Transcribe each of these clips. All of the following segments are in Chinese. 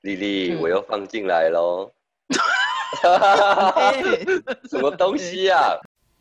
丽丽，我又放进来咯。什么东西啊？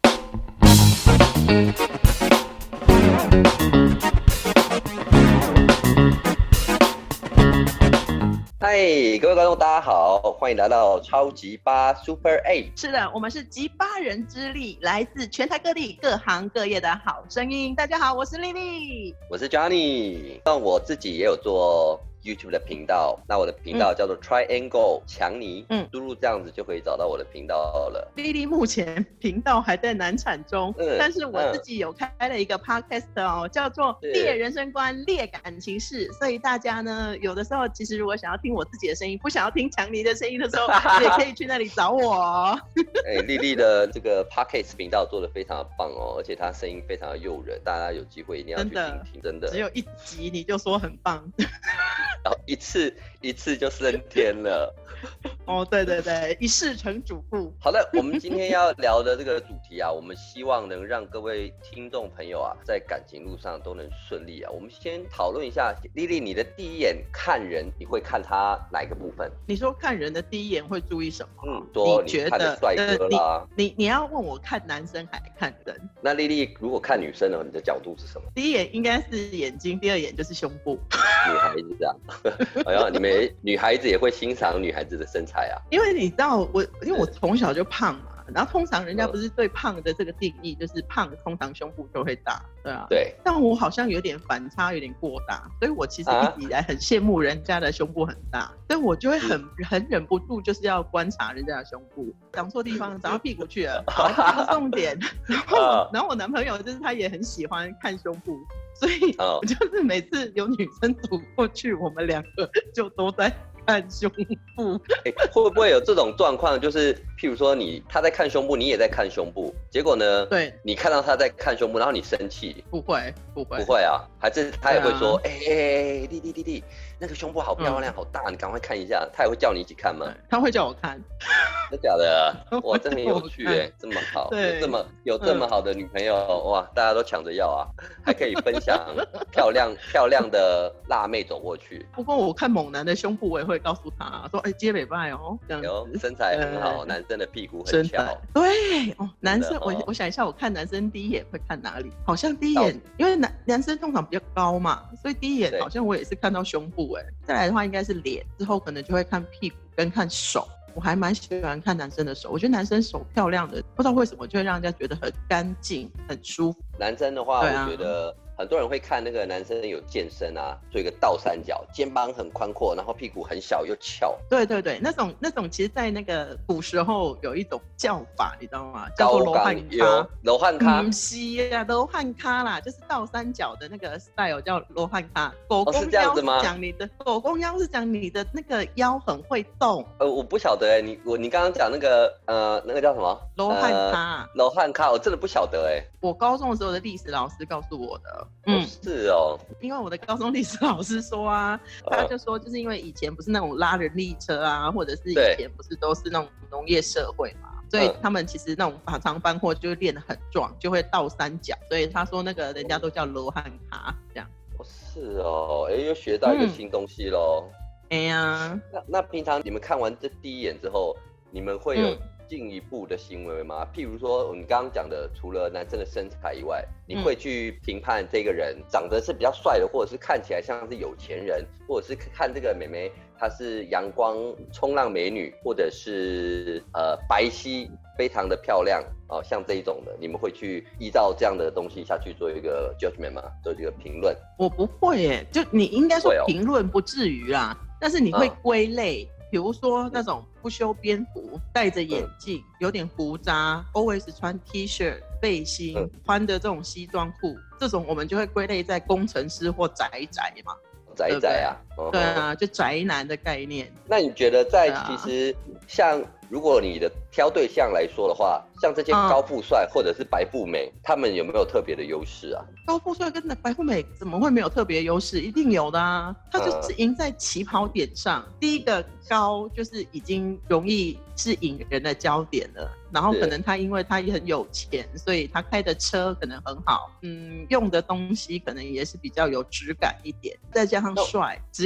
嗨，各位观众，大家好，欢迎来到超级8 Super 8。 是的，我们是集8人之力，来自全台各地各行各业的好声音。大家好，我是丽丽， 我是 Johnny。那我自己也有做YouTube 的频道，那我的频道叫做 Triangle 强尼，输入这样子就可以找到我的频道了。 丽丽目前频道还在难产中，但是我自己有开了一个 podcast 哦，叫做猎人生观、猎感情事，所以大家呢，有的时候其实如果想要听我自己的声音，不想要听强尼的声音的时候，也可以去那里找我哦。 丽丽的这个 podcast 频道做得非常的棒哦，而且她声音非常的诱人，大家有机会一定要去听听，真的。 只有1集你就说很棒。 然后一次就升天了。 哦，对对对，一试成主顾。 好的，我们今天要聊的这个主题啊，我们希望能让各位听众朋友啊，在感情路上都能顺利啊。我们先讨论一下，丽丽，你的第一眼看人，你会看他哪个部分？ 你说看人的第一眼会注意什么？ 说你看的帅哥啦。 你要问我看男生还看人？ 那丽丽如果看女生呢，你的角度是什么？ 第一眼应该是眼睛，第二眼就是胸部。 女孩子啊，好像你们女孩子也会欣赏女孩子的身材啊。 因为你知道因为我从小就胖嘛，然后通常人家不是对胖的这个定义就是胖，通常胸部就会大，对啊。 对。但我好像有点反差，有点过大，所以我其实一直以来很羡慕人家的胸部很大，所以我就会很忍不住就是要观察人家的胸部。讲错地方，讲到屁股去了。好，重点。然后我男朋友就是他也很喜欢看胸部。所以我就是每次有女生走过去，我们2个就都在看胸部。 会不会有这种状况？就是譬如说他在看胸部，你也在看胸部，结果呢？ 对， 你看到他在看胸部，然后你生气？ 不会啊，还是他也会说，弟，那个胸部好漂亮，好大，你赶快看一下。他也会叫你一起看吗？ 他会叫我看。 真的假的？哇，真的很有趣耶，这么好，有这么好的女朋友，哇，大家都抢着要啊，还可以分享漂亮的辣妹走过去。 不过我看猛男的胸部，我也会告诉他说，接美拜哦，这样子。 身材很好，男生的屁股很翘。 对哦，男生我想一下，我看男生第一眼会看哪里？好像第一眼，因为男生通常比较高嘛，所以第一眼好像我也是看到胸部再来的话应该是脸，之后可能就会看屁股跟看手。我还蛮喜欢看男生的手，我觉得男生手漂亮的，不知道为什么就会让人家觉得很干净、很舒服。 男生的话，我觉得很多人会看那个男生有健身啊，做一个倒三角，肩膀很宽阔，然后屁股很小又翘。 对，那种其实在那个古时候有一种叫法，你知道吗？叫做罗汉咖。 罗汉咖？ 不是啊，罗汉咖啦，就是倒三角的那个 style 叫罗汉咖。狗公腰是讲你的，狗公腰是讲你的那个腰很会动。 我不晓得你刚刚讲那个叫什么？ 罗汉咖。 罗汉咖，我真的不晓得我高中的时候的历史老师告诉我的。 是哦。因为我的高中历史老师说啊，他就说就是因为以前不是那种拉人力车啊，或者是以前不是都是那种农业社会嘛，所以他们其实那种法常搬货就练得很壮，就会倒三角，所以他说那个人家都叫罗汉咖这样。 是哦，又学到一个新东西咯。那平常你们看完这第一眼之后，你们会有进一步的行为吗？譬如说我们刚刚讲的，除了男生的身材以外，你会去评判这个人长得是比较帅的，或者是看起来像是有钱人，或者是看这个妹妹她是阳光冲浪美女，或者是白皙非常的漂亮像这一种的，你们会去依照这样的东西下去做一个 judgment 吗？做一个评论？ 我不会就你应该说评论不至于啦，但是你会归类。比如说那种不修边幅、戴着眼镜、有点胡渣 always 穿 T 恤背心、穿的这种西装裤，这种我们就会归类在工程师或宅嘛。 宅啊， 对啊，就宅男的概念。 那你觉得在其实像如果你的挑对象来说的话，像这些高富帅或者是白富美，他们有没有特别的优势啊？ 高富帅跟白富美怎么会没有特别优势？一定有的啊！他就是赢在起跑点上。第一个高就是已经容易是引人的焦点了，然后可能他因为他也很有钱，所以他开的车可能很好，用的东西可能也是比较有质感一点，再加上帅，只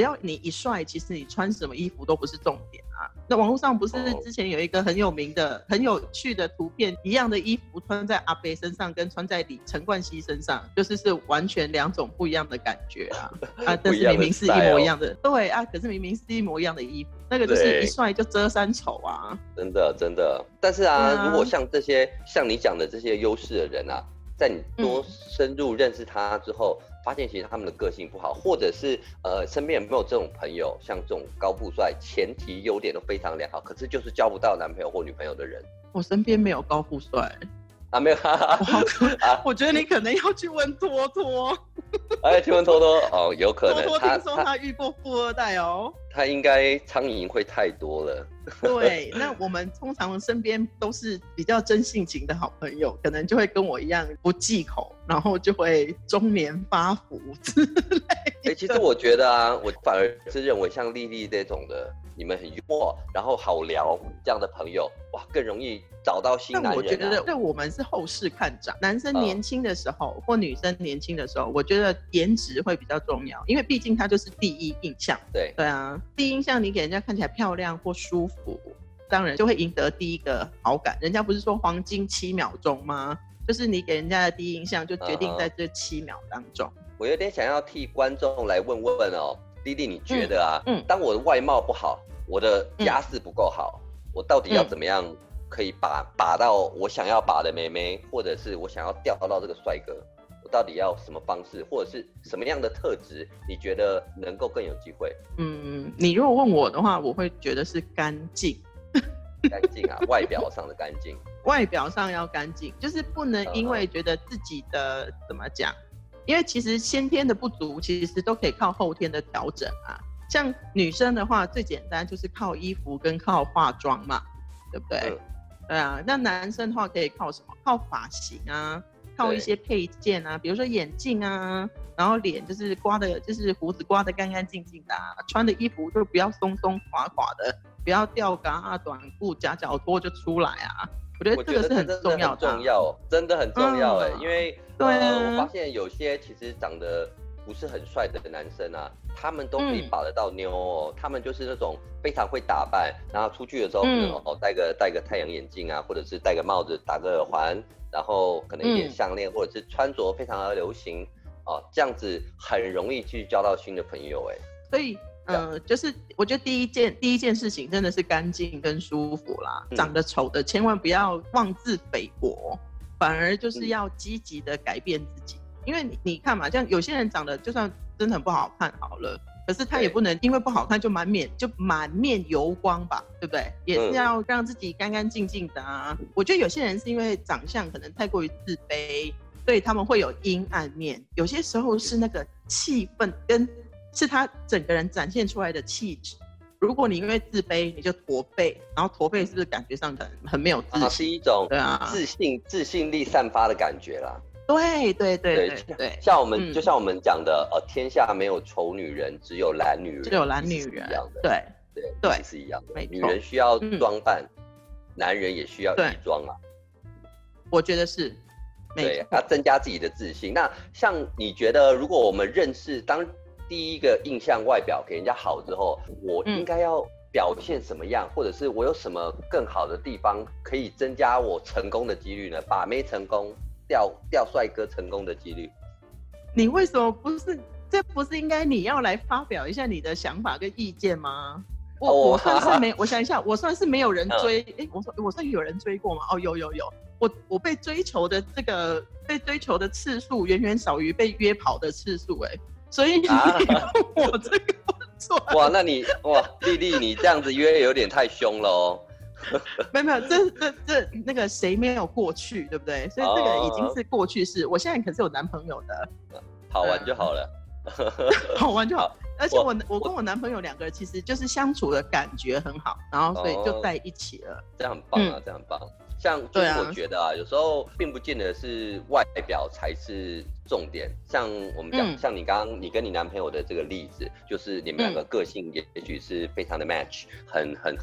要你一帅，其实你穿什么衣服都不是重点啊。那网络上不是之前有一个很有名的、很有趣的图片，一样的衣服穿在阿北身上跟穿在陈冠希身上，就是完全2种不一样的感觉啊！但是明明是一模一样的，对啊，可是明明是一模一样的衣服，那个就是一帅就遮3丑啊！ 真的真的，但是如果像这些像你讲的这些优势的人啊，在你多深入认识他之后，发现其实他们的个性不好，或者是身边有没有这种朋友，像这种高富帅，前提优点都非常良好，可是就是交不到男朋友或女朋友的人。 我身边没有高富帅没有我觉得你可能要去问托托。 去问托托哦，有可能。 托托听说他遇过富二代哦。 他应该苍蝇会太多了。 对，那我们通常身边都是比较真性情的好朋友，可能就会跟我一样不忌口，然后就会中年发福之类的。 其实我觉得我反而是认为像丽丽这种的，你们很幽默，然后好聊这样的朋友，哇，更容易找到新男人。 但我觉得我们是后市看涨，男生年轻的时候或女生年轻的时候，我觉得颜值会比较重要，因为毕竟它就是第一印象。对啊，第一印象你给人家看起来漂亮或舒服，当然就会赢得第一个好感。人家不是说黄金7秒钟吗？就是你给人家的第一印象就决定在这7秒当中。 我有点想要替观众来问问哦，丽丽，你觉得当我的外貌不好，我的家世不够好，我到底要怎么样可以把到我想要把的妹妹，或者是我想要钓到这个帅哥？我到底要什么方式，或者是什么样的特质，你觉得能够更有机会？ 你如果问我的话，我会觉得是干净。 干净外表上的干净。 外表上要干净，就是不能因为觉得自己的怎么讲，因为其实先天的不足，其实都可以靠后天的调整啊。像女生的话，最简单就是靠衣服跟靠化妆嘛，对不对？对啊，那男生的话可以靠什么？靠发型啊，靠一些配件啊，比如说眼镜啊，然后脸就是就是胡子刮得干干净净的穿的衣服就不要松松垮垮的，不要吊嘎短裤夹脚拖就出来啊。我觉得这个是很重要的， 真的很重要因为我发现有些其实长得不是很帅的男生他们都可以把得到妞他们就是那种非常会打扮，然后出去的时候可能戴个太阳眼镜或者是戴个帽子，打个耳环，然后可能一点项链，或者是穿着非常的流行这样子很容易去交到新的朋友所以就是我觉得第一件事情真的是干净跟舒服啦。长得丑的千万不要妄自菲薄，反而就是要积极的改变自己。因为你看嘛，像有些人长得就算真的很不好看好了，可是他也不能因为不好看就满面油光吧，对不对？也是要让自己干干净净的我觉得有些人是因为长相可能太过于自卑，所以他们会有阴暗面。有些时候是那个气氛跟是他整个人展现出来的气质。如果你因为自卑你就驼背，然后驼背是不是感觉上很没有自信？ 是一种自信力散发的感觉啦。 对， 像我们就像我们讲的天下没有丑女人，只有懒女人， 只有懒女人，对， 是一样的。女人需要装扮，男人也需要衣装我觉得是。 对，要增加自己的自信。那像你觉得，如果我们认识当第一个印象外表给人家好之后，我应该要表现什么样，或者是我有什么更好的地方可以增加我成功的几率呢？把妹成功，钓帅哥成功的几率。 你为什么不是？这不是应该你要来发表一下你的想法跟意见吗？我算是没，我想一下，我算是没有人追。我算有人追过吗？有。我被追求的次数远远少于被约跑的次数所以我这个不错。 那你丽丽你这样子约有点太凶了没有，这那个谁没有过去，对不对？所以这个已经是过去式。我现在可是有男朋友的， 好玩就好了， 好玩就好。而且我跟我男朋友2个人其实就是相处的感觉很好，然后所以就在一起了。 这样很棒这样很棒。像就是我觉得有时候并不见得是外表才是重点。像我们讲，像你跟你男朋友的这个例子，就是你们2个个性也许是非常的 match，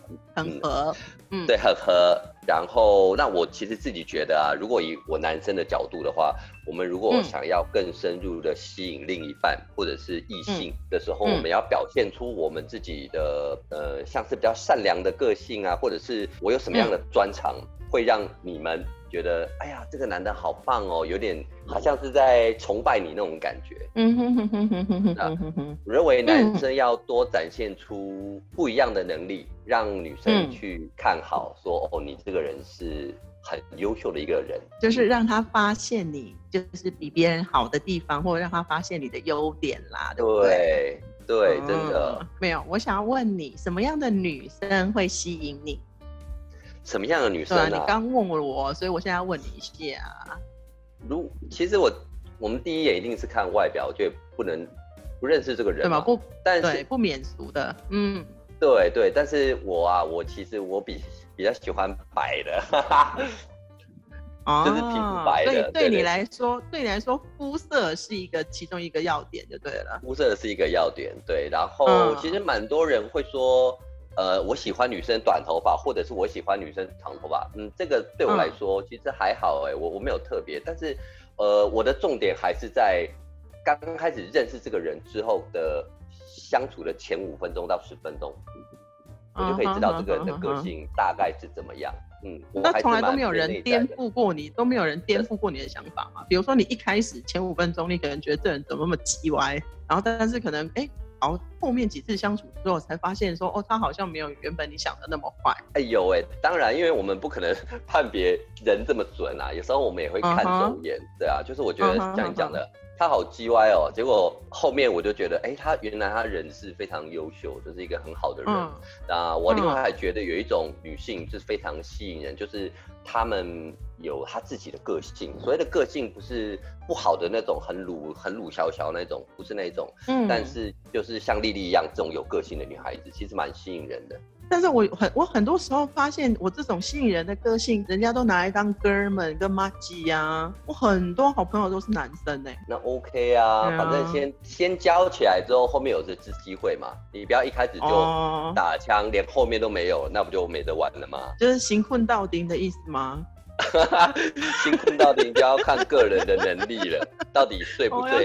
很合， 对，很合。然后，那我其实自己觉得啊，如果以我男生的角度的话，我们如果想要更深入的吸引另一半或者是异性的时候，我们要表现出我们自己的像是比较善良的个性啊，或者是我有什么样的专长，会让你们觉得，哎呀，这个男的好棒哦，有点好像是在崇拜你那种感觉。我认为男生要多展现出不一样的能力，让女生去看好，说哦，你这个人是很优秀的一个人， 就是让他发现你就是比别人好的地方，或者让他发现你的优点啦，对不对？ 对，真的。 没有，我想要问你，什么样的女生会吸引你？ 什么样的女生啊？ 你刚问我，所以我现在要问你一下。 其实我们第一眼一定是看外表，我觉得不认识这个人嘛，但是不免俗的， 对，但是我其实比较喜欢白的，就是皮肤白的。 对你来说，肤色是其中一个要点就对了。 肤色是一个要点，对。然后其实蛮多人会说，我喜欢女生短头发，或者是我喜欢女生长头发。这个对我来说其实还好，我没有特别，但是我的重点还是在刚开始认识这个人之后的相处的前5分钟到10分钟，我就可以知道这个人的个性大概是怎么样。 那从来都没有人颠覆过你，的想法吗？比如说你一开始前5分钟，你可能觉得这人怎么那么叽歪，然后但是可能后面几次相处之后才发现说，他好像没有原本你想的那么坏。 当然，因为我们不可能判别人这么准啊，有时候我们也会看走眼，对啊，就是我觉得像你讲的，他好叽歪哦，结果后面我就觉得，他原来他人是非常优秀，就是一个很好的人。那我另外还觉得有一种女性是非常吸引人，就是她们有她自己的个性。所谓的个性不是不好的那种很鲁小小那种，不是那种，但是就是像丽丽一样这种有个性的女孩子，其实蛮吸引人的。 但是我很多时候发现，我这种吸引人的个性，人家都拿来当哥们跟麻吉啊。我很多好朋友都是男生那 OK 啊，反正先交起来之后，后面有这次机会嘛。你不要一开始就打枪，连后面都没有，那不就没得玩了吗？ 就是行困到底的意思吗？ 辛苦到底就要看个人的能力了，到底对不对？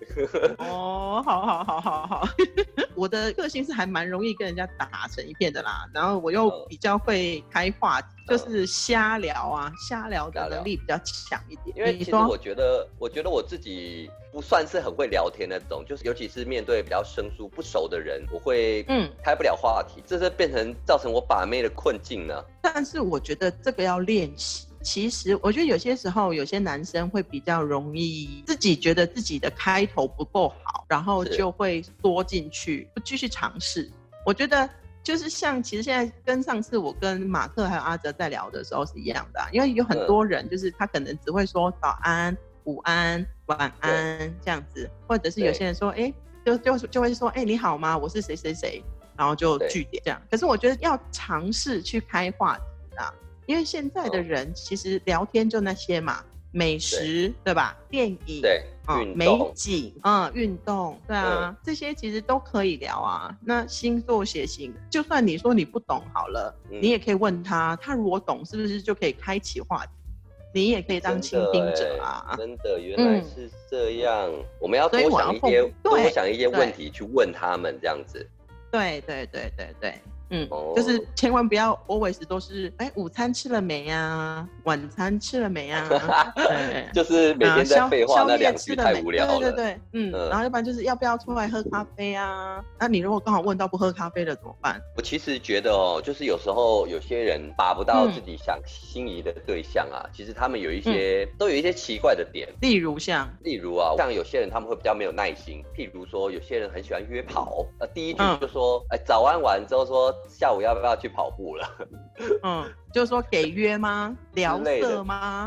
好。我的个性是还蛮容易跟人家打成一片的啦，然后我又比较会开话题，就是瞎聊的能力比较强一点。 因为其实我觉得我自己不算是很会聊天那种，就是尤其是面对比较生疏不熟的人，我会开不了话题，这是造成我把妹的困境呢。 但是我觉得这个要练习。其实我觉得有些时候有些男生会比较容易自己觉得自己的开头不够好，然后就会缩进去不继续尝试。我觉得就是其实现在跟上次我跟马克还有阿哲在聊的时候是一样的因为有很多人就是他可能只会说早安、午安、晚安这样子，或者是有些人说就会说你好吗？我是谁谁谁，然后就句点这样。可是我觉得要尝试去开话题啊。因为现在的人其实聊天就那些嘛，美食 对吧？电影对， 美景运动对啊，这些其实都可以聊啊。那星座血型，就算你说你不懂好了，你也可以问他，他如果懂，是不是就可以开启话题？你也可以当倾听者啊。 真的，原来是这样。我们要多想一些问题去问他们，这样子。 对。就是千万不要 always 都是午餐吃了没啊，晚餐吃了没啊？对， 就是每天在废话那2句太无聊了。 对，然后要不然就是要不要出来喝咖啡啊？那你如果刚好问到不喝咖啡了怎么办？ 我其实觉得就是有时候有些人把不到自己心仪的对象啊，其实他们都有一些奇怪的点。 例如像有些人他们会比较没有耐心，譬如说有些人很喜欢约跑，第一句就说早安完之后说下午要不要去跑步了？ 就是说给约吗？聊色吗？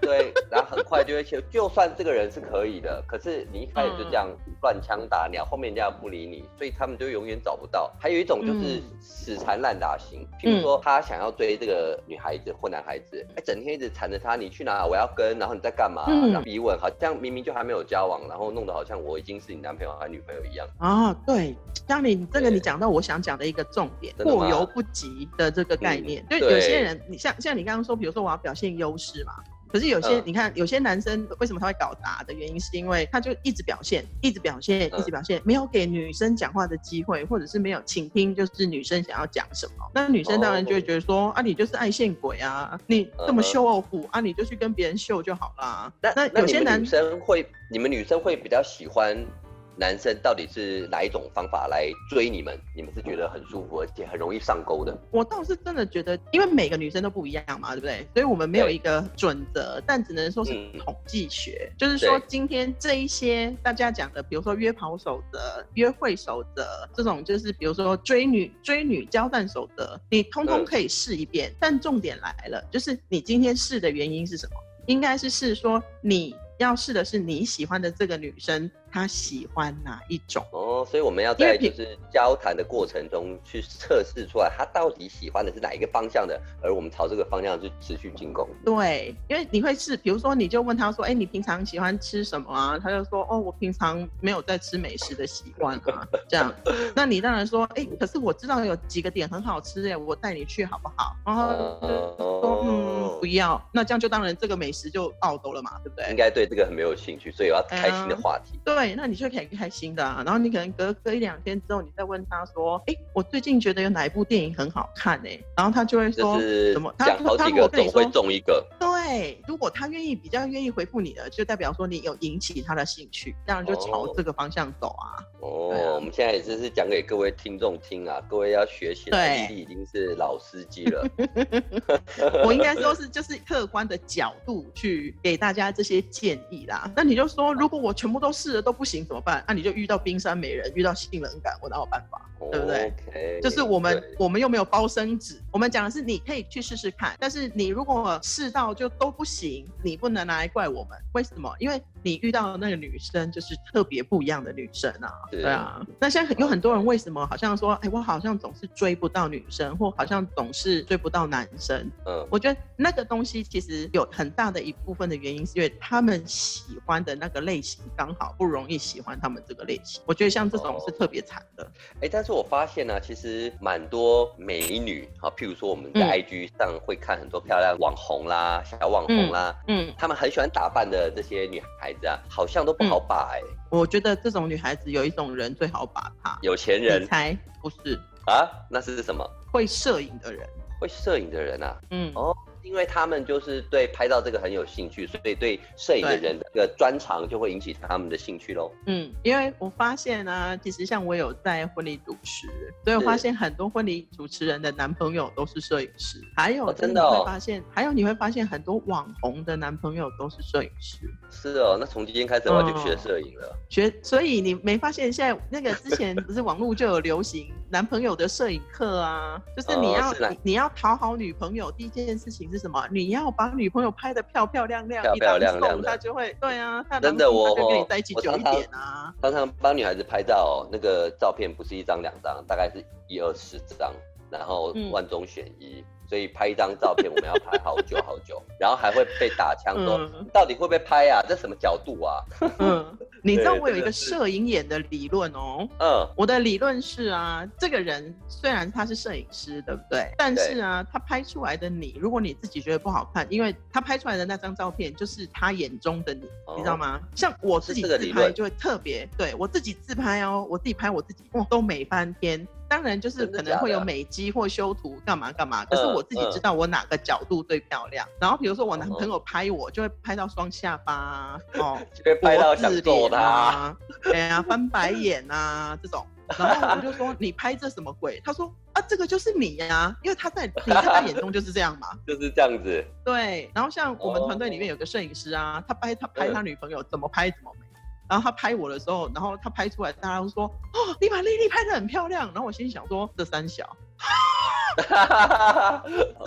对，然后很快就会就算这个人是可以的，可是你一开始就这样乱枪打鸟，后面人家不理你，所以他们就永远找不到。还有一种就是死缠烂打型，譬如说他想要追这个女孩子或男孩子，整天一直缠着他，你去哪我要跟，然后你在干嘛，然后逼问，好像明明就还没有交往，然后弄得好像我已经是你男朋友还女朋友一样。 啊，对，像你这个你讲到我想讲的一个重点，过犹不及的这个概念，就有些人，你像你刚刚说，比如说我要表现优势嘛。可是有些你看，有些男生为什么他会搞砸的原因，是因为他就一直表现，没有给女生讲话的机会，或者是没有倾听，就是女生想要讲什么。那女生当然就会觉得说，啊，你就是爱现鬼啊，你这么秀off啊，你就去跟别人秀就好啦。那有些你们女生会比较喜欢男生到底是哪一种方法来追你们？你们是觉得很舒服而且很容易上钩的？ 我倒是真的觉得，因为每个女生都不一样嘛，对不对？所以我们没有一个准则，但只能说是统计学，就是说今天这一些大家讲的，比如说约跑守则、约会守则这种，就是比如说追女交战守则，你通通可以试一遍。但重点来了，就是你今天试的原因是什么？应该是试说你要试的是你喜欢的这个女生她喜欢哪一种哦，所以我们要在就是交谈的过程中去测试出来她到底喜欢的是哪一个方向的，而我们朝这个方向去持续进攻。 对，因为你会试，比如说你就问她说，你平常喜欢吃什么啊？她就说，我平常没有在吃美食的习惯啊，这样。那你当然说，可是我知道有几个点很好吃我带你去好不好？然后就说，不要。那这样就当然这个美食就out了嘛，对不对？ 应该对这个很没有兴趣，所以我要开心的话题。 对，那你就可以开心的啊。然后你可能隔1-2天之后，你再问他说，我最近觉得有哪一部电影很好看然后他就会说什么？ 讲好几个总会中一个。 对，如果他比较愿意回复你的，就代表说你有引起他的兴趣，这样就朝这个方向走啊。 我们现在也是讲给各位听众听啊，各位要学习。对，丽丽已经是老司机了。 我应该说是就是客观的角度去给大家这些建议啦。那你就说，如果我全部都试了都不行怎么办？你就遇到冰山美人，遇到性冷感，我哪有办法？对不对？ Okay, 就是我们又没有包生纸，我们讲的是你可以去试试看，但是你如果试到就都不行，你不能拿来怪我们。为什么？因为你遇到的那个女生就是特别不一样的女生啊。对啊。那现在有很多人为什么好像说，我好像总是追不到女生，或好像总是追不到男生。我觉得那个东西其实有很大的一部分的原因是因为他们喜欢的那个类型刚好不容易喜欢他们这个类型。我觉得像这种是特别惨的。 但是我发现呢，其实蛮多美女，譬如说我们在 IG 上会看很多漂亮网红啦、小网红啦，他们很喜欢打扮的这些女孩子啊，好像都不好把我觉得这种女孩子有一种人最好把她， 有钱人。 你猜不是啊？那是什么？ 会摄影的人。 会摄影的人啊？因为他们就是对拍照这个很有兴趣，所以对摄影的人这个专长就会引起他们的兴趣咯。 因为我发现啊，其实像我有在婚礼主持，所以我发现很多婚礼主持人的男朋友都是摄影师，还有真的你会发现很多网红的男朋友都是摄影师。 是哦，那从今天开始我就学摄影了。 所以你没发现现在那个之前不是网络就有流行男朋友的摄影课啊？就是你要讨好女朋友，第一件事情是什么？你要把女朋友拍得漂漂亮亮，一当送她就会对啊，她真的她就跟你在一起久一点啊。 常常帮女孩子拍照那个照片不是1张2张，大概是10-20张，然后万中选一。所以拍一张照片我们要拍好久好久，然后还会被打枪说你到底会不会拍啊？这什么角度啊？ 你知道我有一个摄影眼的理论哦。我的理论是啊，这个人虽然他是摄影师，对不对？但是啊，他拍出来的你，如果你自己觉得不好看，因为他拍出来的那张照片就是他眼中的你，你知道吗？像我自己自拍就会特别，对我自己自拍我自己拍我自己都美翻天。当然就是可能会有美肌或修图干嘛干嘛，可是我自己知道我哪个角度最漂亮。然后比如说我男朋友拍我，就会拍到双下巴就会拍到想揍他， 翻白眼啊这种。然后我就说你拍这什么鬼？他说这个就是你呀，因为你在他眼中就是这样嘛， 就是这样子。对， 然后像我们团队里面有个摄影师啊，他拍他女朋友怎么拍怎么美。然后他拍我的时候，然后他拍出来，大家都说你把丽丽拍得很漂亮。然后我心里想说这三小，所以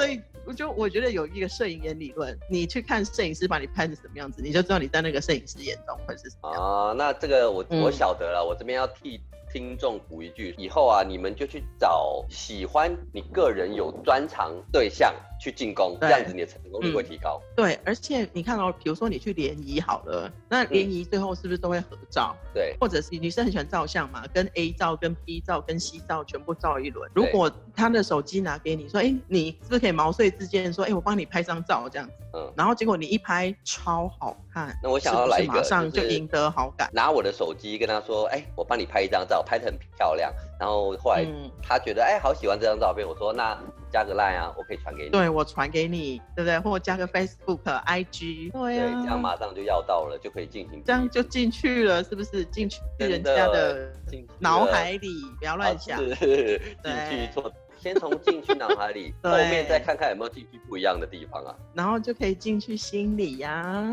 我觉得有一个摄影眼理论，你去看摄影师把你拍成什么样子，你就知道你在那个摄影师眼中会是什么样子。 那这个我晓得了，我这边要替听众补一句，以后啊，你们就去找喜欢你个人有专长对象去进攻，这样子你的成功率会提高。 对，而且你看比如说你去联谊好了，那联谊最后是不是都会合照？ 对， 或者是女生很喜欢照相嘛，跟 A 照、跟 B 照、跟 C 照全部照一轮。如果他的手机拿给你说，你是不是可以毛遂自荐说，我帮你拍张照这样子？然后结果你一拍超好看， 那我想要来一个， 马上就赢得好感。 拿我的手机跟他说，我帮你拍一张照，拍得很漂亮。然后后来他觉得，好喜欢这张照片，我说那加个 LINE 啊，我可以传给你。 对，我传给你，对不对？或者加个 Facebook、IG， 对啊， 这样马上就要到了，就可以进行。 这样就进去了，是不是？进去人家的脑海里，不要乱想。 进去做。先从进去脑海里，后面再看看有没有进去不一样的地方啊， 然后就可以进去心里呀。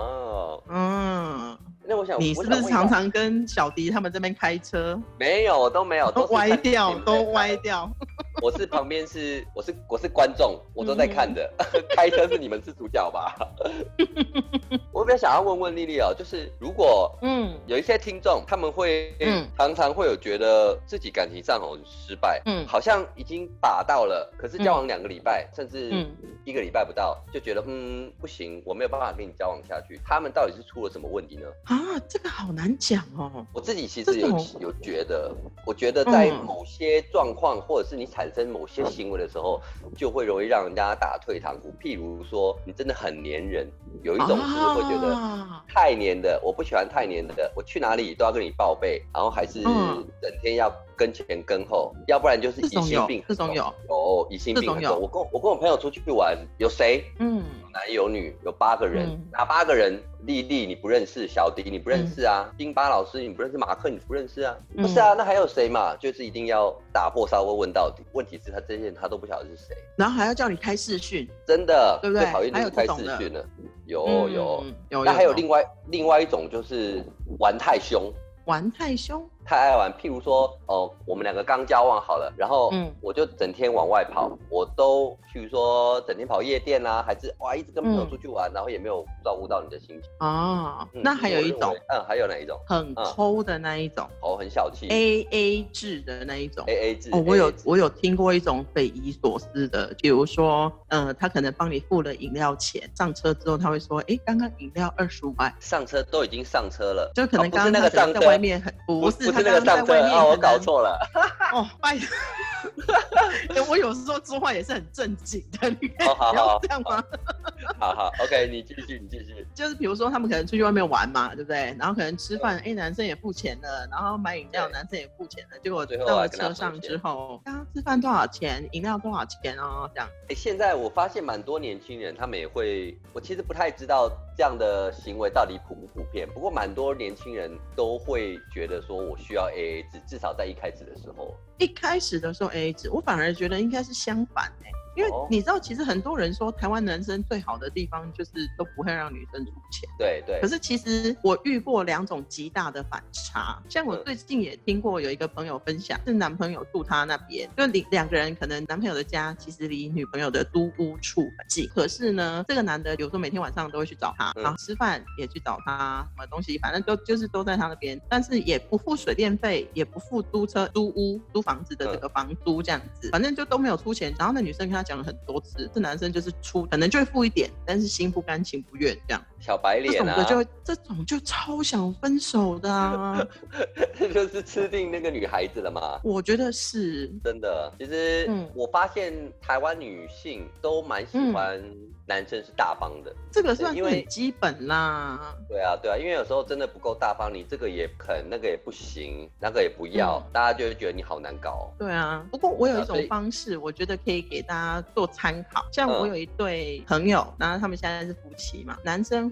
那我想你是不是常常跟小迪他们这边开车？ 没有，都没有， 都歪掉，都歪掉。 我是旁边我是观众，我都在看的。开车是你们是主角吧？我比较想要问问丽丽哦，就是如果有一些听众他们会常常会有觉得自己感情上很失败，好像已经把到了，可是交往2个礼拜甚至1个礼拜不到，就觉得不行，我没有办法跟你交往下去。他们到底是出了什么问题呢？ 这个好难讲哦。 我自己其实有觉得，我觉得在某些状况或者是你产生某些行为的时候，就会容易让人家打退堂鼓。譬如说，你真的很黏人，有一种是会觉得太黏的，我不喜欢太黏的，我去哪里都要跟你报备，然后还是整天要跟前跟后，要不然就是疑心病。 这种有疑心病很多。我跟我朋友出去玩，有谁？有男有女，有8个人，哪8个人？丽丽你不认识，小迪你不认识啊，丁巴老师你不认识，马克你不认识啊，不是啊，那还有谁嘛？就是一定要打破砂锅问到底。问题是他这些人他都不晓得是谁， 然后还要叫你开视讯， 真的， 对不对？ 最讨厌就是开视讯了。有。那还有另外一种就是玩太凶。 玩太凶， 太爱玩。譬如说，我们2个刚交往好了，然后我就整天往外跑，我都譬如说整天跑夜店啊，还是一直跟朋友出去玩，然后也没有照顾到你的心情。 那还有一种， 还有哪一种？很抠的那一种， 很小气 ，AA 制的那一种 ，AA 制。 我有听过一种匪夷所思的，比如说，他可能帮你付了饮料钱，上车之后他会说，刚刚饮料25块， 上车都已经上车了， 就可能刚刚那个上车。 外面不是那个上车我搞错了。 拜托，我有时候说话也是很正经的，你可以不要这样吗？ 好 ，OK， 你继续。 就是比如说他们可能出去外面玩嘛，对不对？然后可能吃饭，男生也付钱了，然后买饮料，男生也付钱了，结果到了车上之后，刚刚吃饭多少钱？饮料多少钱哦？这样。 现在我发现蛮多年轻人他们也会，我其实不太知道这样的行为到底普不普遍，不过蛮多年轻人都会觉得说我需要 AA 制，至少在一开始的时候。 一开始的时候 AA 制，我反而觉得应该是相反因为你知道，其实很多人说台湾男生最好的地方就是都不会让女生出钱。 对。 可是其实我遇过2种极大的反差，像我最近也听过有一个朋友分享，是男朋友住他那边，就2个人可能男朋友的家其实离女朋友的租屋处很近，可是呢，这个男的有时候每天晚上都会去找他，然后吃饭也去找他，什么东西反正就是都在他那边，但是也不付水电费，也不付租屋租房子的这个房租这样子，反正就都没有出钱。然后那女生跟他讲了很多次，这男生就是可能就会付一点，但是心不甘情不愿这样。 小白脸啊， 这种就超想分手的啊！ 这就是吃定那个女孩子了吗？ 我觉得是真的。其实我发现台湾女性都蛮喜欢男生是大方的， 这个算是很基本啦。 对啊，因为有时候真的不够大方，你这个也肯，那个也不行，那个也不要，大家就会觉得你好难搞。 对啊，不过我有一种方式，我觉得可以给大家做参考。像我有一对朋友，然后他们现在是夫妻嘛，男生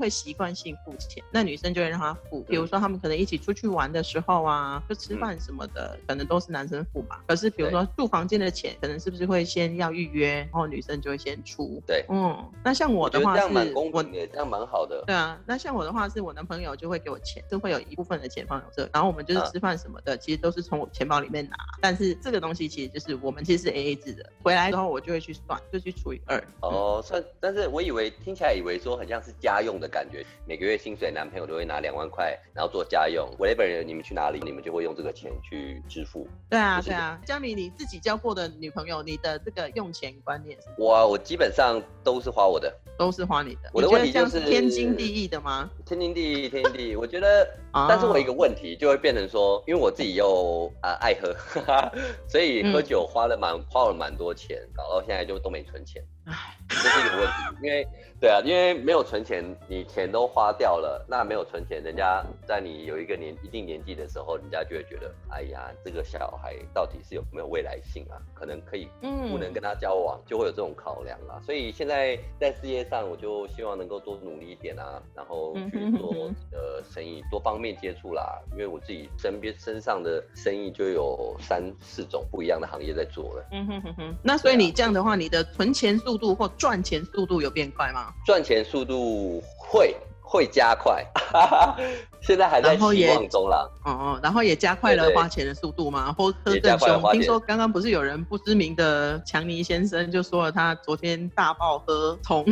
会习惯性付钱，那女生就会让他付。比如说他们可能一起出去玩的时候啊，就吃饭什么的，可能都是男生付嘛。可是比如说住房间的钱，可能是不是会先要预约，然后女生就会先出。 对， 那像我的话是， 这样蛮公平的，这样蛮好的。 对啊，那像我的话是我男朋友就会给我钱，就会有一部分的钱放在这，然后我们就是吃饭什么的，其实都是从我钱包里面拿。但是这个东西其实就是我们其实是 AA 制的，回来之后我就会去算，就去除以2。 算，但是我听起来以为说很像是家用的感觉，每个月薪水男朋友都会拿2万块，然后做家用 ，whatever 你们去哪里，你们就会用这个钱去支付。 对啊，对啊。江明，你自己交过的女朋友，你的这个用钱观念是？ 我基本上都是花我的， 都是花你的。 我的问题就是天经地义的吗？ 天经地义，天经地义。我觉得，但是我有一个问题就会变成说，因为我自己又爱喝，所以喝酒花了蛮多钱，搞到现在就都没存钱。这是一个问题，因为没有存钱，你钱都花掉了，那没有存钱，人家在你有一定年纪的时候，人家就会觉得，哎呀，这个小孩到底是有没有未来性啊？可能可以不能跟他交往，就会有这种考量啦。所以现在在事业上，我就希望能够多努力一点啊，然后去做生意，多方面接触啦。因为我自己身上的生意就有3、4种不一样的行业在做了。 那所以你这样的话，你的存钱速度或赚钱速度有变快吗？ 赚钱速度会加快，现在还在希望中啦。 然后也加快了花钱的速度吗？或喝更凶？听说刚刚不是有人不知名的强尼先生就说了，他昨天大爆喝，从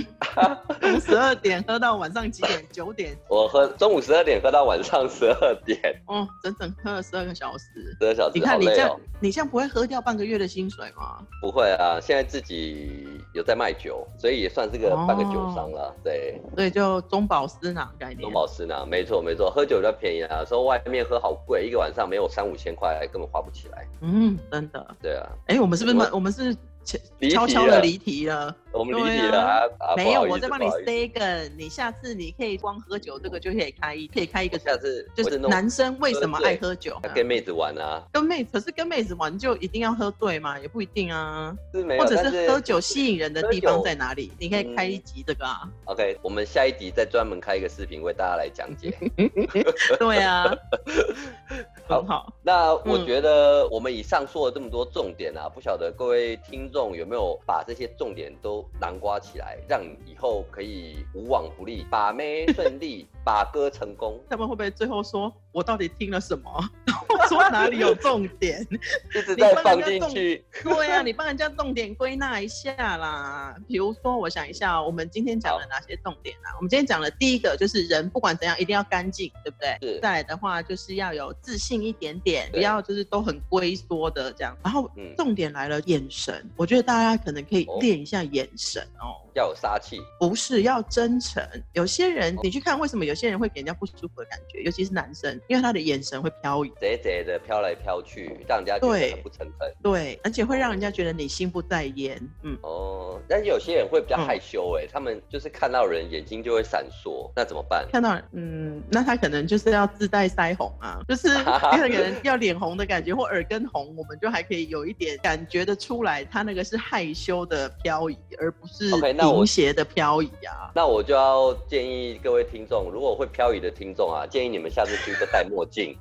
12点喝到晚上几点？9点。我中午12点喝到晚上12点。 整整喝了12个小时。 12小时， 你看你这样不会喝掉半个月的薪水吗？ 不会啊，现在自己有在卖酒，所以也算是个半个酒商了。对， 所以就中饱私囊概念。 中饱私囊，没错没错，喝酒比较便宜啊，说外面喝好贵，一个晚上没有3、5千块，根本花不起来。 真的。 对啊。 我们是不是我们是悄悄的离题了？ 我们离题了没有，我在帮你 say 梗。你下次你可以光喝酒这个就可以开一个， 下次就是男生为什么爱喝酒？ 跟妹子玩啊。 可是跟妹子玩就一定要喝对吗？也不一定啊。 是没有， 或者是喝酒吸引人的地方在哪里？你可以开一集这个啊。 OK， 我们下一集再专门开一个视频为大家来讲解。 对啊。好。 那我觉得我们以上说了这么多重点啊，不晓得各位听众有没有把这些重点都囊括起来，让你以后可以无往不利，把妹顺利，把歌成功。 他们会不会最后说我到底听了什么？我说哪里有重点？ 一直在放进去。 对啊，你帮人家重点归纳一下啦。比如说，我想一下，我们今天讲了哪些重点啊？我们今天讲了第一个就是人不管怎样一定要干净，对不对？ 是。 再来的话就是要有自信一点点，不要就是都很龟缩的这样。然后重点来了，眼神，我觉得大家可能可以练一下眼神哦。 要有杀气， 不是要真诚。有些人你去看，为什么有些人会给人家不舒服的感觉？尤其是男生，因为他的眼神会飘移， 贼贼的飘来飘去，让人家觉得很不诚恳。 对，而且会让人家觉得你心不在焉。 但是有些人会比较害羞，他们就是看到人眼睛就会闪烁，那怎么办？ 看到那他可能就是要自带腮红啊，就是可能要脸红的感觉或耳根红，我们就还可以有一点感觉得出来，他那个是害羞的飘移，而不是淫邪的飘移啊。 那我就要建议各位听众，如果会飘移的听众啊，建议你们下次去都戴墨镜。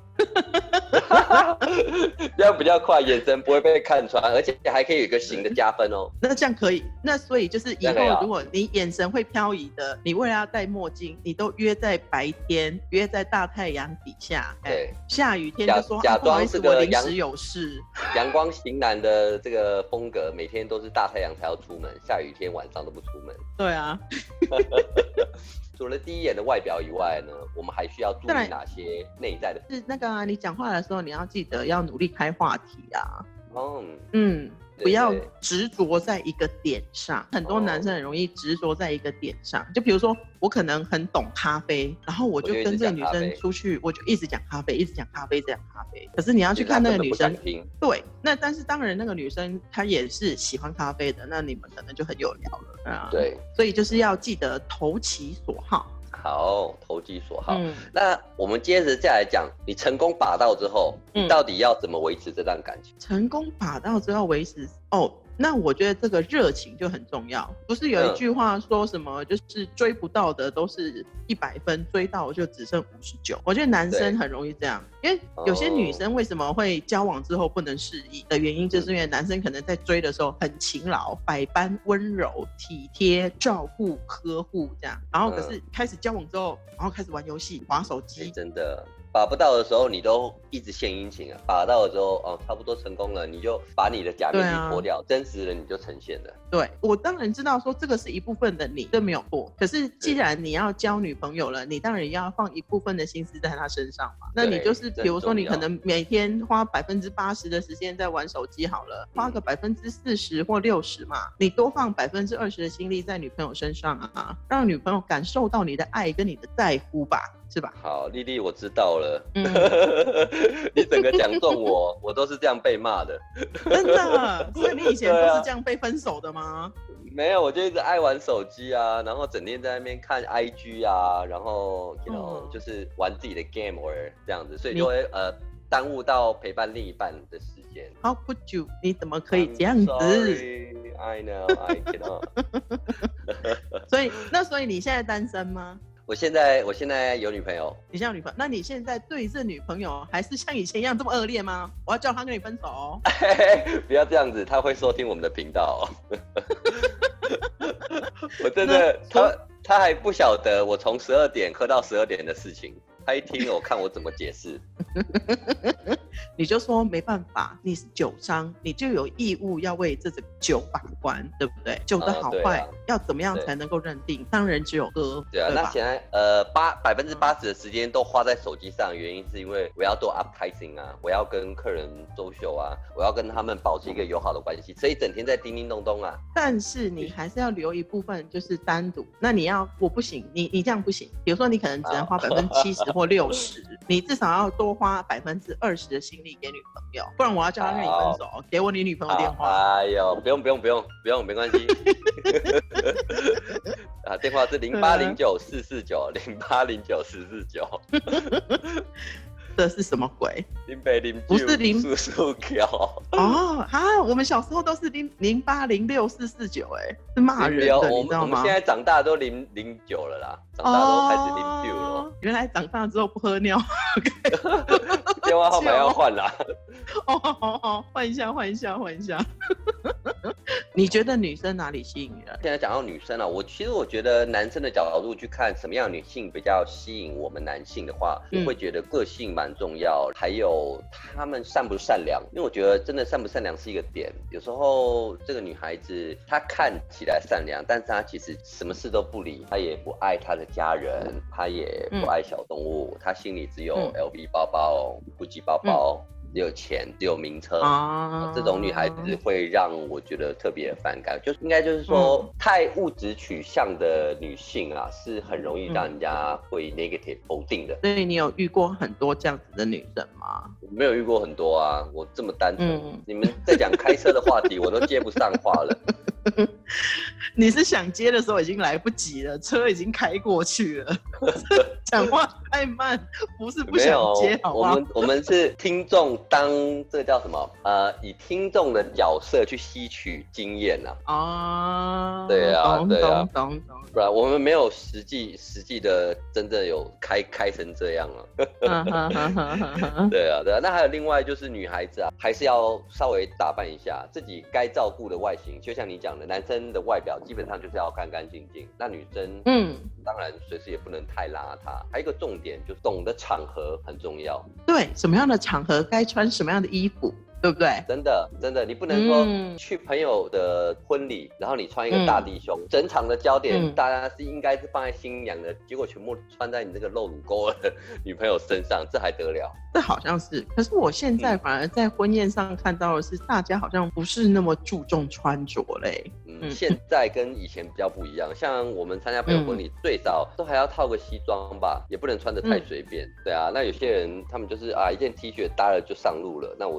这样比较快，眼神不会被看穿，而且还可以有一个型的加分哦。 那这样可以，那所以就是以后如果你眼神会飘移的，你为了要戴墨镜，你都约在白天，约在大太阳底下，对，下雨天就说假装是个临时有事， 阳光型男的这个风格，每天都是大太阳才要出门，下雨天晚上都不出门。 对啊。 除了第一眼的外表以外呢，我们还需要注意哪些内在的？ 是那个你讲话的时候，你要记得要努力开话题啊。不要执着在一个点上。很多男生很容易执着在一个点上，就比如说我可能很懂咖啡，然后我就跟这个女生出去，我就一直讲咖啡，一直讲咖啡，这样咖啡。可是你要去看那个女生，对，那但是当然那个女生她也是喜欢咖啡的，那你们可能就很有聊了啊。 对， 所以就是要记得投其所好。 好，投其所好。那我们接着再来讲，你成功把到之后，你到底要怎么维持这段感情？ 成功把到之后维持那我觉得这个热情就很重要。不是有一句话说什么，就是追不到的都是100分，追到就只剩59。我觉得男生很容易这样，因为有些女生为什么会交往之后不能适应的原因，就是因为男生可能在追的时候很勤劳，百般温柔体贴照顾呵护这样，然后可是开始交往之后，然后开始玩游戏滑手机， 真的把不到的时候你都一直献殷勤啊，把到的时候差不多成功了，你就把你的假面具脱掉，真实的你就呈现了。 对，我当然知道说这个是一部分的你，这没有错。可是既然你要交女朋友了，你当然也要放一部分的心思在她身上嘛。那你就是比如说你可能每天花80%的时间在玩手机好了，花个40%或60%嘛，你多放20%的心力在女朋友身上啊，让女朋友感受到你的爱跟你的在乎吧。是吧？ 好，丽丽，我知道了。你整个讲中我，我都是这样被骂的。 真的？所以你以前都是这样被分手的吗？ 没有，我就一直爱玩手机啊，然后整天在那边看 IG 啊，然后就是玩自己的 game 这样子，所以就会耽误到陪伴另一半的时间。 How could you？ 你怎么可以这样子 ？Sorry, I know, I cannot 所以你现在单身吗？ 我现在有女朋友。 你现在有女朋友？那你现在对这女朋友还是像以前一样这么恶劣吗？我要叫她跟你分手哦。 不要这样子，她会收听我们的频道我真的，她还不晓得我从12点喝到12点的事情。他一听我看我怎么解释。 你就说没办法，你是酒商，你就有义务要为这个酒把关，对不对？酒的好坏、要怎么样才能够认定？当然只有喝。 对啊， 对吧？ 那现在80%的时间都花在手机上，原因是因为我要做 uptizing 啊，我要跟客人social啊，我要跟他们保持一个友好的关系，所以整天在叮叮咚咚啊。但是你还是要留一部分，就是单独。那我不行，你这样不行。比如说你可能只能花70%或60%，你至少要多花20%的心力给女朋友，不然我要叫她跟你分手。给我你女朋友电话。 哎呦，不用，没关系。电话是08094490 08094490。 这是什么鬼 ？0809 不是 449 哦哈，我们小时候都是08064449，是骂人的，你知道吗？ 我们现在长大都009了啦，长大都开始09了。 原来长大之后不喝尿， 电话号码要换啦。 好，换一下。你觉得女生哪里吸引人？ 现在讲到女生啊，其实我觉得男生的角度去看什么样的女性比较吸引我们男性的话，我会觉得个性蛮重要，还有他们善不善良。因为我觉得真的善不善良是一个点。有时候这个女孩子她看起来善良，但是她其实什么事都不理，她也不爱她的家人，她也不爱小动物，她心里只有 LV 包包、GUCCI 包包。只有钱，只有名车，这种女孩子会让我觉得特别反感。就是说，太物质取向的女性啊，是很容易让人家会 negative 否定的。 所以你有遇过很多这样子的女生吗？ 我没有遇过很多啊，我这么单纯。你们在讲开车的话题，我都接不上话了。 你是想接的时候已经来不及了，车已经开过去了。讲话太慢，不是不想接，好不好？ 我们是听众，当这叫什么？以听众的角色去吸取经验啊。对啊，懂。不然我们没有实际的真正有开成这样啊。对啊。那还有另外就是女孩子啊，还是要稍微打扮一下自己该照顾的外形，就像你讲的，男生的外表基本上就是要干干净净，那女生当然随时也不能太邋遢。还有一个重点就是懂得场合很重要。对， 什么样的场合该穿什么样的衣服，对不对？ 真的，你不能说去朋友的婚礼，然后你穿一个大低胸，整场的焦点大家应该是放在新娘的，结果全部穿在你这个露乳沟的女朋友身上，这还得了？ 这好像是，可是我现在反而在婚宴上看到的是，大家好像不是那么注重穿着嘞。 现在跟以前比较不一样，像我们参加朋友婚礼，最少都还要套个西装吧，也不能穿得太随便。对啊，那有些人他们就是一件 T 恤搭了就上路了，那我真的是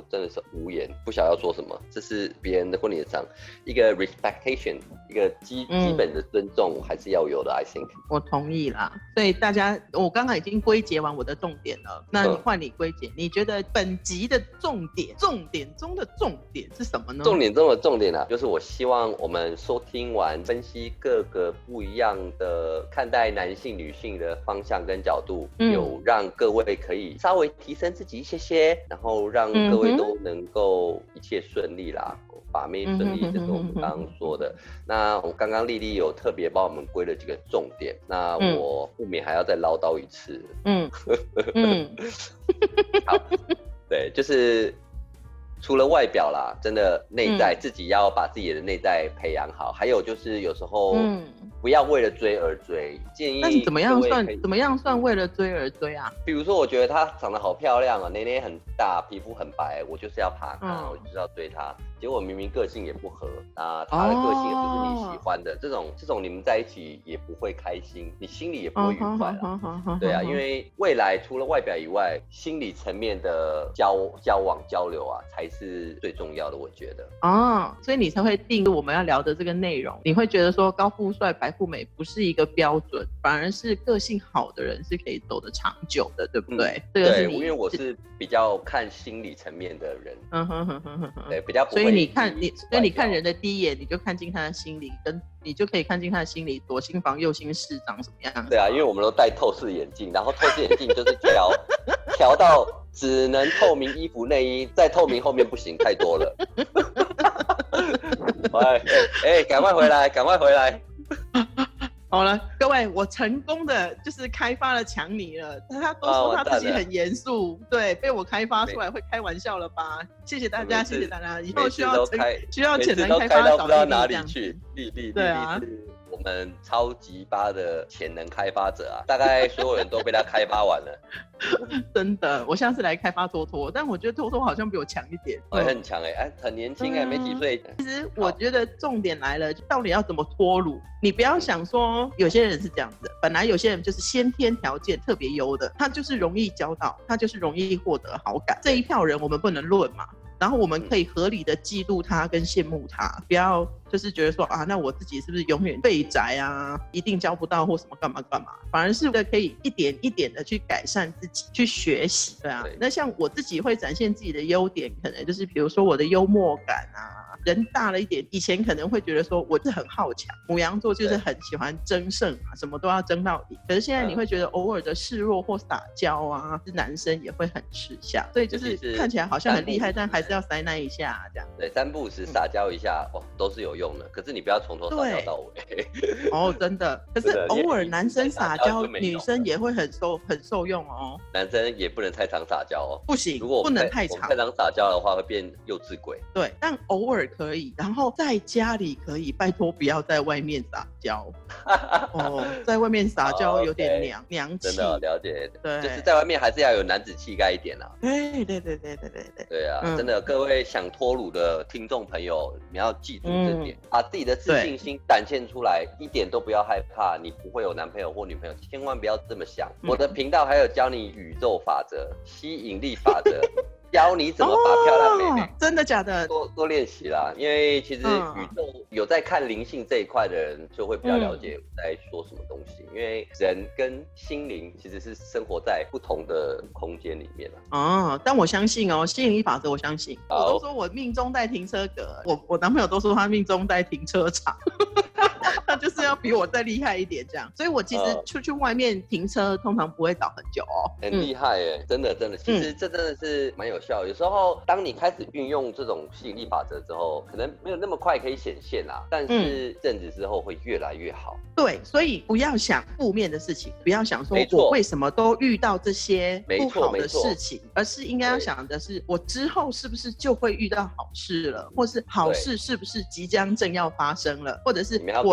无言，不晓得要说什么。这是别人的婚礼场，一个 respectation， 一个基本的尊重还是要有的。I think 我同意啦。所以大家，我刚刚已经归结完我的重点了，那你换你归结，你觉得本集的重点中的重点是什么呢？ 重点中的重点啊，就是我希望我们收听完分析各个不一样的看待男性女性的方向跟角度，有让各位可以稍微提升自己一些，然后让各位都能够一切顺利啦，把妹顺利，就是我们刚刚说的。那我刚刚丽丽有特别帮我们归了几个重点，那我不免还要再唠叨一次。好，对，就是除了外表啦，真的内在自己要把自己的内在培养好，还有就是有时候不要为了追而追，建议。 但是怎么样算为了追而追啊？ 比如说，我觉得她长得好漂亮啊，内内很大，皮肤很白，我就是要爬她，我就是要追她。结果明明个性也不合啊，她的个性也不是你喜欢的，这种你们在一起也不会开心，你心里也不会愉快啊。对啊，因为未来除了外表以外，心理层面的交往交流啊，才是最重要的，我觉得。 所以你才会定我们要聊的这个内容。你会觉得说高富帅、白富美不是一个标准，反而是个性好的人是可以走得长久的，对不对？ 对，因为我是比较看心理层面的人。对，比较不会。 所以你看人的第一眼，你就看进他的心理，你就可以看进他的心理左心房右心室长什么样。 对啊，因为我们都戴透视眼镜，然后透视眼镜就是调到只能透明衣服内衣，再透明后面不行，太多了。赶快回来。 好了，各位，我成功的就是开发了强尼了。他都说他自己很严肃，对，被我开发出来会开玩笑了吧？谢谢大家，以后需要潜能开发找不到哪里去，丽对啊。我们超级巴的潜能开发者啊，大概所有人都被他开发完了。 真的，我下次来开发托托，但我觉得托托好像比我强一点。 很强很年轻没几岁。 其实我觉得重点来了，到底要怎么脱乳？你不要想说有些人是这样子的，本来有些人就是先天条件特别优的，他就是容易交到，他就是容易获得好感。这一票人我们不能论嘛。然后我们可以合理的嫉妒他跟羡慕他，不要就是觉得说那我自己是不是永远废宅啊，一定交不到或什么干嘛，反而是可以一点一点的去改善自己，去学习，对啊。那像我自己会展现自己的优点，可能就是比如说我的幽默感啊，人大了一点，以前可能会觉得说我是很好强，牡羊座就是很喜欢争胜啊，什么都要争到底。可是现在你会觉得偶尔的示弱或撒娇啊，是男生也会很吃香，所以就是看起来好像很厉害，但还是要塞奶一下这样。 对，3不5时撒娇一下都是有用的。可是你不要从头撒娇到尾。 真的。可是偶尔男生撒娇，女生也会很受用哦。 男生也不能太常撒娇哦。 不行， 如果不能太常。 太常撒娇的话，会变幼稚鬼。 对，但偶尔可以，然后在家里可以，拜托不要在外面撒娇。在外面撒娇有点娘气。 真的了解。 对， 就是在外面还是要有男子气概一点啦。 对。 对啊，真的，各位想脱乳的听众朋友，你要记住这点，把自己的自信心展现出来，一点都不要害怕你不会有男朋友或女朋友，千万不要这么想。我的频道还有教你宇宙法则、吸引力法则。教你怎么把漂亮妹妹， 真的假的？ 多练习啦，因为其实宇宙有在看灵性这一块的人，就会比较了解我在说什么东西。因为人跟心灵其实是生活在不同的空间里面但我相信吸引力法则，我相信。我都说我命中在停车格，我男朋友都说他命中在停车场。他就是要比我再厉害一点这样，所以我其实出去外面停车通常不会找很久很厉害耶，真的，其实这真的是蛮有效。有时候当你开始运用这种吸引力法则之后，可能没有那么快可以显现啦，但是阵子之后会越来越好。 对，所以不要想负面的事情，不要想说我为什么都遇到这些不好的事情，而是应该要想的是我之后是不是就会遇到好事了，或是好事是不是即将正要发生了，或者是我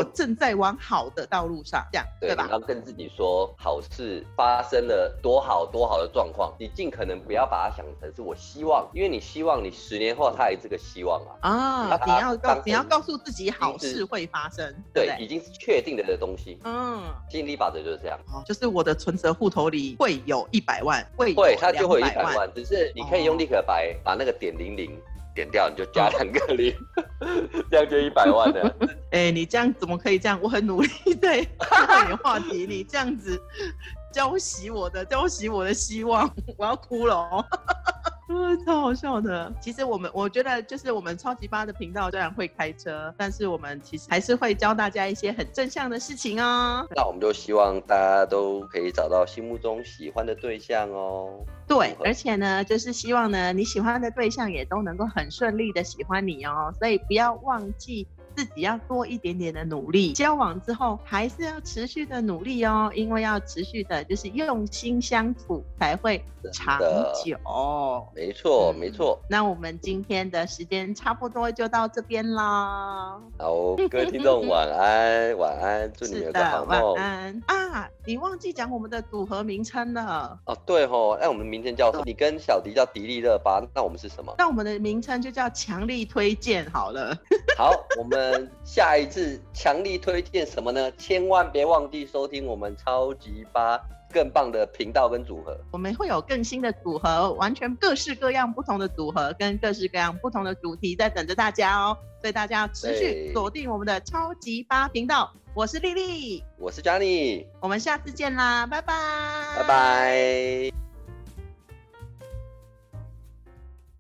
正在往好的道路上，这样对吧？ 你要跟自己说，好事发生了多好的状况，你尽可能不要把它想成是我希望，因为你希望你10年后它还是个希望啊。 你要告诉自己好事会发生，对， 已经是确定的东西。吸引力法则就是这样。 就是我的存折户头里会有100万， 它就会有100万，只是你可以用立可白把那个.00点掉，你就加2个0，这样就100万了。 你这样怎么可以这样？我很努力在换点话题，你这样子浇熄我的希望，我要哭了哦。超好笑的。其实我觉得就是我们超级八的频道虽然会开车，但是我们其实还是会教大家一些很正向的事情哦。 那我们就希望大家都可以找到心目中喜欢的对象哦。 对，而且呢，就是希望呢，你喜欢的对象也都能够很顺利的喜欢你哦。所以不要忘记自己要多一点点的努力，交往之后还是要持续的努力哦，因为要持续的就是用心相处才会长久。 没错没错。 那我们今天的时间差不多就到这边啦。 好，各位听众晚安晚安，祝你们有个好梦。 晚安啊！你忘记讲我们的组合名称了哦。对哦，那我们名称叫你跟小迪叫迪丽热巴，那我们是什么？ 那我们的名称就叫强力推荐好了。 好，我们下一次强力推荐什么呢？千万别忘记收听我们超级八更棒的频道跟组合。 我们会有更新的组合，完全各式各样不同的组合跟各式各样不同的主题在等着大家哦。所以大家要持续锁定我们的超级八频道。我是丽丽， 我是 Johnny， 我们下次见啦，拜拜， 拜拜。